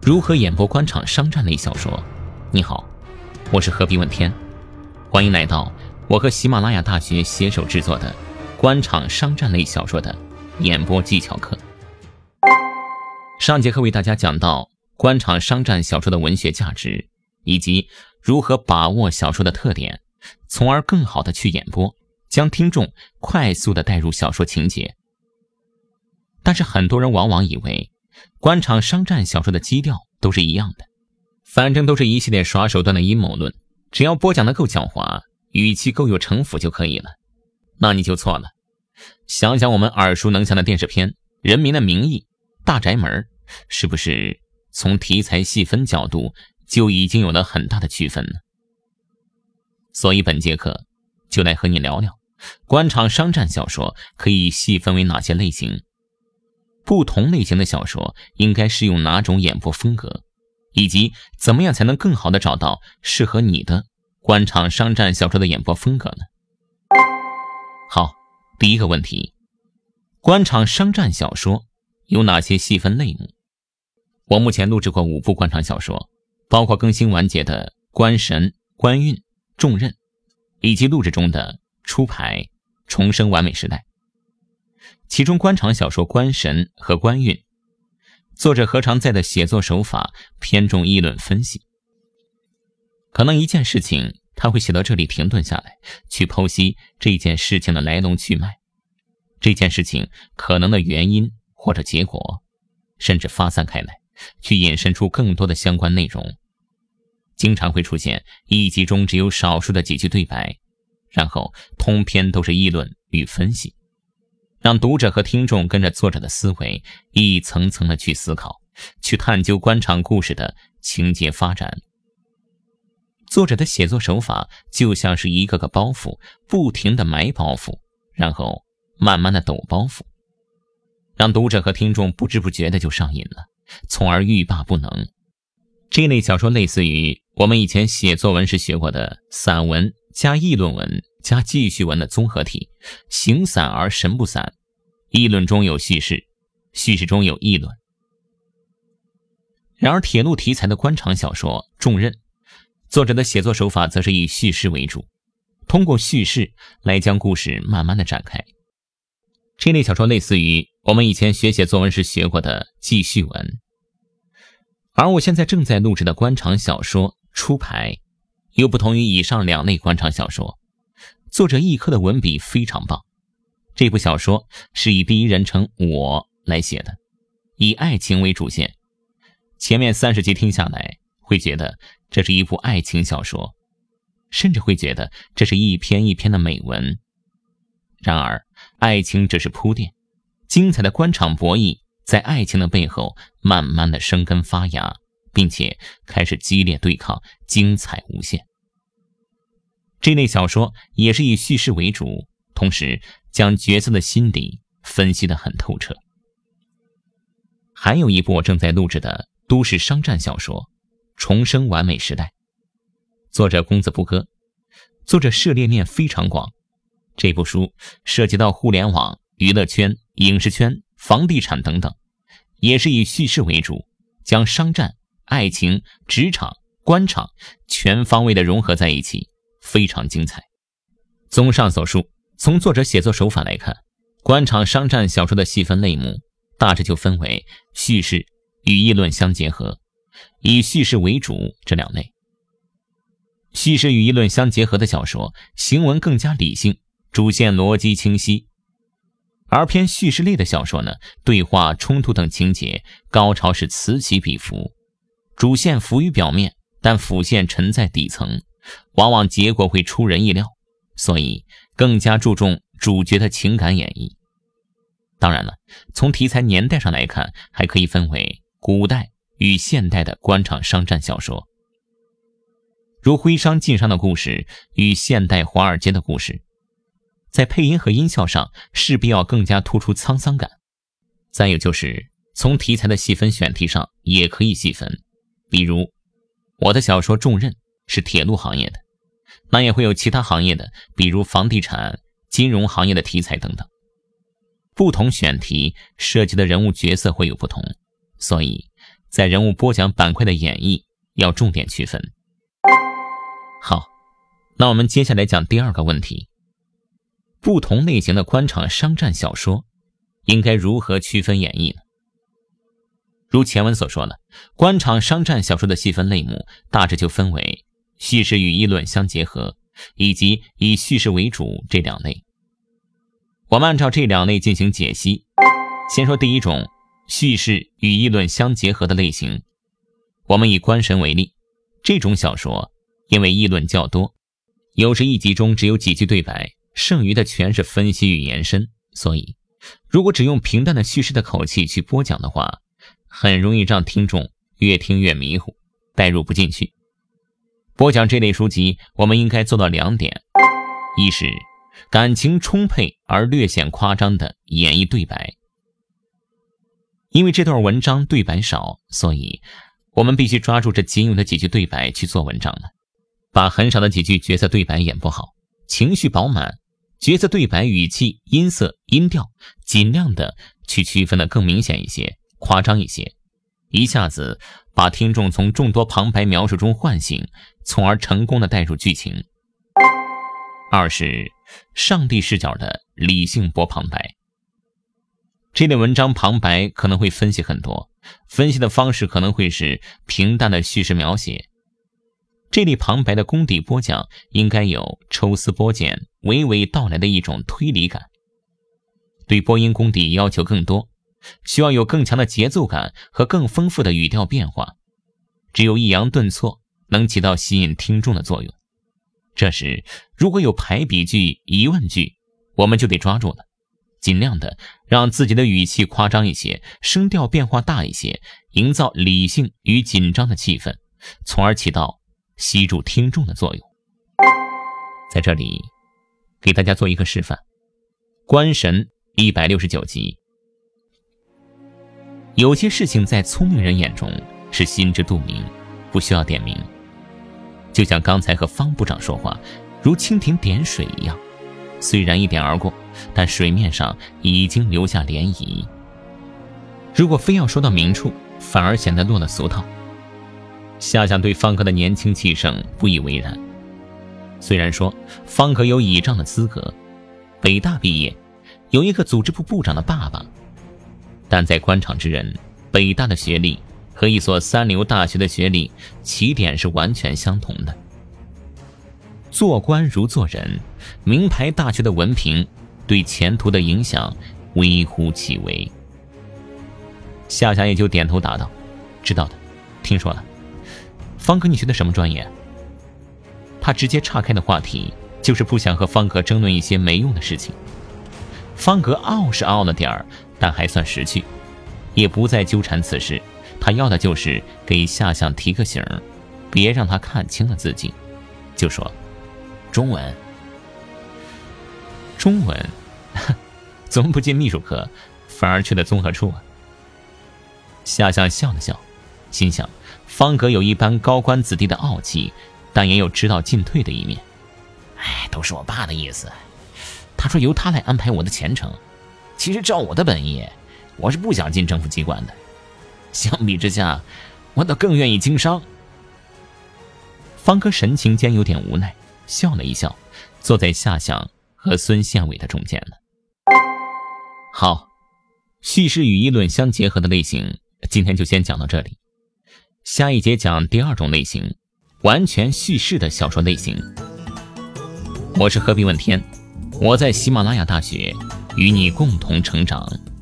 如何演播官场商战类小说？你好，我是何必问天，欢迎来到我和喜马拉雅大学携手制作的官场商战类小说的演播技巧课。上节课为大家讲到官场商战小说的文学价值，以及如何把握小说的特点，从而更好的去演播，将听众快速的带入小说情节。但是很多人往往以为官场商战小说的基调都是一样的，反正都是一系列耍手段的阴谋论，只要播讲的够狡猾，语气够有城府就可以了。那你就错了。想想我们耳熟能详的电视片《人民的名义》《大宅门》，是不是从题材细分角度就已经有了很大的区分呢？所以本节课就来和你聊聊官场商战小说可以细分为哪些类型，不同类型的小说应该适用哪种演播风格，以及怎么样才能更好地找到适合你的官场商战小说的演播风格呢？好，第一个问题，官场商战小说有哪些细分类目？我目前录制过5部官场小说，包括更新完结的《官神》《官运》《重任》，以及录制中的《出牌》《重生完美时代》。其中官场小说《官神》和《官运》，作者何常在的写作手法偏重议论分析。可能一件事情他会写到这里停顿下来，去剖析这件事情的来龙去脉，这件事情可能的原因或者结果，甚至发散开来，去引申出更多的相关内容。经常会出现一集中只有少数的几句对白，然后通篇都是议论与分析，让读者和听众跟着作者的思维一层层的去思考，去探究官场故事的情节发展。作者的写作手法就像是一个个包袱，不停的埋包袱，然后慢慢的抖包袱，让读者和听众不知不觉的就上瘾了，从而欲罢不能。这类小说类似于我们以前写作文时学过的散文加议论文加记叙文的综合体，形散而神不散，议论中有叙事，叙事中有议论。然而铁路题材的官场小说《重任》，作者的写作手法则是以叙事为主，通过叙事来将故事慢慢的展开。这类小说类似于我们以前学写作文时学过的记叙文。而我现在正在录制的官场小说《出牌》，又不同于以上2类官场小说，作者一科的文笔非常棒。这部小说是以第一人称我来写的，以爱情为主线。前面30集听下来，会觉得这是一部爱情小说，甚至会觉得这是一篇一篇的美文。然而爱情只是铺垫，精彩的官场博弈在爱情的背后慢慢的生根发芽，并且开始激烈对抗，精彩无限。这类小说也是以叙事为主，同时将角色的心理分析得很透彻。还有一部我正在录制的都市商战小说《重生完美时代》，作者公子不哥，作者涉猎面非常广。这部书涉及到互联网、娱乐圈、影视圈、房地产等等，也是以叙事为主，将商战、爱情、职场、官场全方位的融合在一起，非常精彩。综上所述，从作者写作手法来看，官场商战小说的细分类目大致就分为叙事与议论相结合，以叙事为主这2类。叙事与议论相结合的小说，行文更加理性，主线逻辑清晰。而偏叙事类的小说呢，对话、冲突等情节高潮是此起彼伏，主线浮于表面，但辅线沉在底层，往往结果会出人意料，所以更加注重主角的情感演绎。当然了，从题材年代上来看，还可以分为古代与现代的官场商战小说，如徽商晋商的故事与现代华尔街的故事，在配音和音效上势必要更加突出沧桑感。再有就是从题材的细分选题上也可以细分，比如我的小说《重任》是铁路行业的，那也会有其他行业的，比如房地产、金融行业的题材等等。不同选题涉及的人物角色会有不同， 所以在人物播讲板块的演绎要重点区分。好，那我们接下来讲第二个问题，不同类型的官场商战小说应该如何区分演绎呢？如前文所说的，官场商战小说的细分类目大致就分为叙事与议论相结合以及以叙事为主这两类。我们按照这两类进行解析。先说第一种叙事与议论相结合的类型，我们以官神为例，这种小说因为议论较多，有时一集中只有几句对白，剩余的全是分析与延伸，所以如果只用平淡的叙事的口气去播讲的话，很容易让听众越听越迷糊，带入不进去。播讲这类书籍，我们应该做到两点：一是感情充沛而略显夸张的演绎对白，因为这段文章对白少，所以我们必须抓住这仅有的几句对白去做文章了。把很少的几句角色对白演不好，情绪饱满，角色对白语气、音色、音调尽量的去区分的更明显一些，夸张一些，一下子把听众从众多旁白描述中唤醒，从而成功的带入剧情。二是上帝视角的理性播旁白，这类文章旁白可能会分析很多，分析的方式可能会是平淡的叙事描写。这类旁白的功底播讲应该有抽丝剥茧、娓娓道来的一种推理感。对播音功底要求更多，需要有更强的节奏感和更丰富的语调变化，只有抑扬顿挫能起到吸引听众的作用。这时如果有排比句、疑问句，我们就得抓住了，尽量的让自己的语气夸张一些，声调变化大一些，营造理性与紧张的气氛，从而起到吸住听众的作用。在这里给大家做一个示范，官神169集。有些事情在聪明人眼中是心知肚明，不需要点名，就像刚才和方部长说话如蜻蜓点水一样，虽然一点而过，但水面上已经留下涟漪。如果非要说到明处，反而显得落了俗套。夏夏对方格的年轻气盛不以为然。虽然说方格有倚仗的资格，北大毕业，有一个组织部部长的爸爸，但在官场之人，北大的学历和一所三流大学的学历起点是完全相同的。做官如做人，名牌大学的文凭对前途的影响微乎其微。夏夏也就点头答道：知道的，听说了。方格你学的什么专业？他直接岔开的话题，就是不想和方格争论一些没用的事情。方格傲是傲了点儿，但还算识趣，也不再纠缠此事。他要的就是给夏夏提个醒，别让他看清了自己，就说中文。中文怎么不进秘书科，反而去了综合处啊？夏夏笑了笑，心想方格有一般高官子弟的傲气，但也有知道进退的一面。都是我爸的意思，他说由他来安排我的前程。其实照我的本意，我是不想进政府机关的，相比之下，我倒更愿意经商。方格神情间有点无奈，笑了一笑，坐在夏夏和孙宪伟的中间了。好，叙事与议论相结合的类型今天就先讲到这里，下一节讲第二种类型，完全叙事的小说类型。我是何必问天，我在喜马拉雅大学与你共同成长。